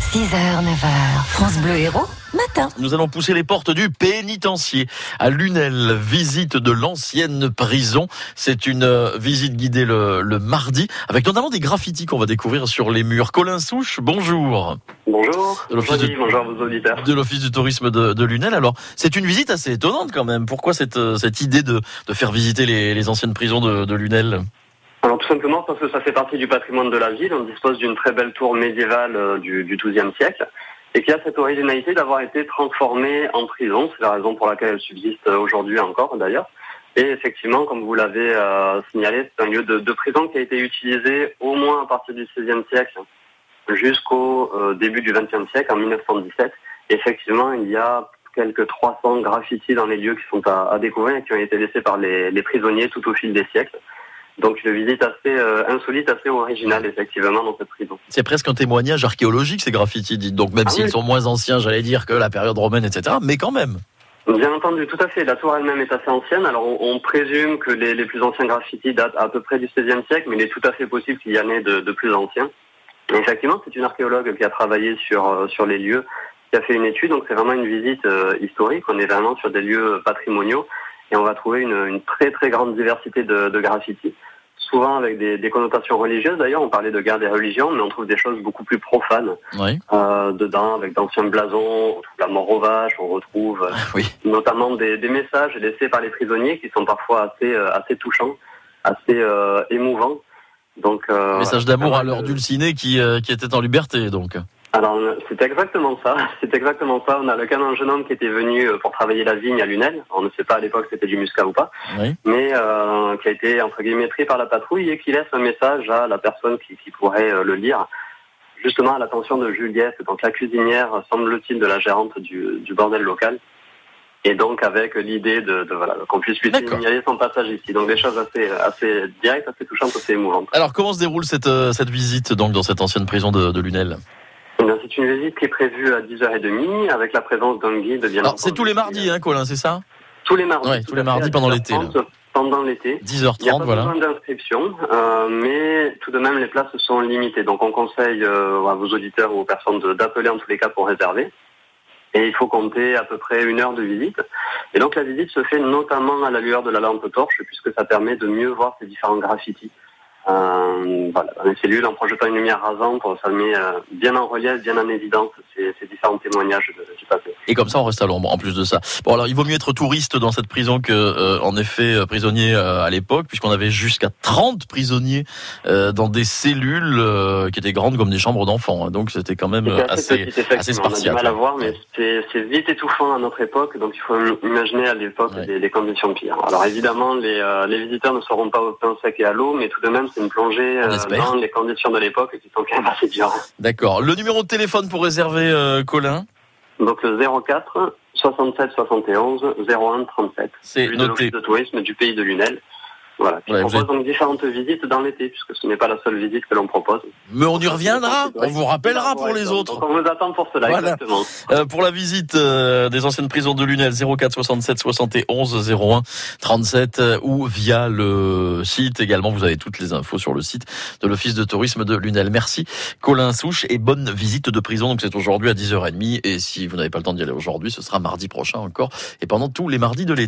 6h, 9h, France Bleu Héros, matin. Nous allons pousser les portes du pénitencier à Lunel, visite de l'ancienne prison. C'est une visite guidée le mardi, avec notamment des graffitis qu'on va découvrir sur les murs. Colin Souche, bonjour. Bonjour, bonjour à vos auditeurs. De l'Office du tourisme de Lunel. Alors, c'est une visite assez étonnante quand même. Pourquoi cette idée de faire visiter les anciennes prisons de Lunel ? Alors tout simplement parce que ça fait partie du patrimoine de la ville. On dispose d'une très belle tour médiévale du XIIe siècle et qui a cette originalité d'avoir été transformée en prison. C'est la raison pour laquelle elle subsiste aujourd'hui encore d'ailleurs. Et effectivement, comme vous l'avez signalé, c'est un lieu de prison qui a été utilisé au moins à partir du XVIe siècle jusqu'au début du XXe siècle, en 1917. Et effectivement, il y a quelques 300 graffitis dans les lieux qui sont à découvrir et qui ont été laissés par les prisonniers tout au fil des siècles. Donc une visite assez insolite, assez originale effectivement dans cette prison. C'est presque un témoignage archéologique ces graffitis, dites. Donc même s'ils sont moins anciens, j'allais dire, que la période romaine, etc. Mais quand même. Bien entendu, tout à fait. La tour elle-même est assez ancienne. Alors on présume que les plus anciens graffitis datent à peu près du XVIe siècle, mais il est tout à fait possible qu'il y en ait de plus anciens. Et effectivement, c'est une archéologue qui a travaillé sur les lieux, qui a fait une étude. Donc c'est vraiment une visite historique. On est vraiment sur des lieux patrimoniaux et on va trouver une très très grande diversité de graffitis. Souvent avec des connotations religieuses d'ailleurs, on parlait de guerre des religions, mais on trouve des choses beaucoup plus profanes dedans, avec d'anciens blasons, on trouve la mort aux vaches, on retrouve notamment des messages laissés par les prisonniers qui sont parfois assez touchants, assez émouvants. Donc, message d'amour à leur dulciné qui était en liberté donc. Alors c'est exactement ça. On a le cas d'un jeune homme qui était venu pour travailler la vigne à Lunel. On ne sait pas à l'époque si c'était du muscat ou pas, mais qui a été entre guillemets pris par la patrouille et qui laisse un message à la personne qui pourrait le lire, justement à l'attention de Juliette, donc la cuisinière semble-t-il de la gérante du bordel local. Et donc avec l'idée de qu'on puisse lui signaler son passage ici. Donc des choses assez directes, assez touchantes, assez émouvantes. Alors comment se déroule cette visite donc dans cette ancienne prison de Lunel ? C'est une visite qui est prévue à 10h30 avec la présence d'un guide. Alors c'est tous les mardis, Colin, c'est ça ? Tous les mardis. Oui, tous les mardis pendant l'été. Pendant l'été. 10h30, il n'y a pas besoin d'inscription, mais tout de même les places sont limitées. Donc on conseille à vos auditeurs ou aux personnes d'appeler en tous les cas pour réserver. Et il faut compter à peu près 1 heure de visite. Et donc la visite se fait notamment à la lueur de la lampe torche, puisque ça permet de mieux voir ces différents graffitis. Dans les cellules, en projetant une lumière rasante, ça met bien en relief, bien en évidence ces différents témoignages du passé. Et comme ça, on reste à l'ombre, en plus de ça. Bon, alors, il vaut mieux être touriste dans cette prison que, en effet, prisonnier à l'époque, puisqu'on avait jusqu'à 30 prisonniers dans des cellules qui étaient grandes comme des chambres d'enfants. Donc, c'était quand même assez spartiate. On a du mal à voir, mais c'est vite étouffant à notre époque, donc il faut imaginer à l'époque des conditions pires. Alors, évidemment, les visiteurs ne seront pas au pain sec et à l'eau, mais tout de même, c'est une plongée dans les conditions de l'époque qui sont quand même assez dures. D'accord. Le numéro de téléphone pour réserver, Colin ? Donc le 04 67 71 01 37. C'est noté. De l'Office de tourisme du pays de Lunel. Voilà. Qui propose donc différentes visites dans l'été, puisque ce n'est pas la seule visite que l'on propose. Mais on y reviendra, on vous rappellera pour les autres. Donc on vous attend pour cela, exactement. Pour la visite des anciennes prisons de Lunel, 04 67 71 01 37 ou via le site également. Vous avez toutes les infos sur le site de l'Office de tourisme de Lunel. Merci Colin Souche et bonne visite de prison. Donc c'est aujourd'hui à 10h30 et si vous n'avez pas le temps d'y aller aujourd'hui, ce sera mardi prochain encore et pendant tous les mardis de l'été.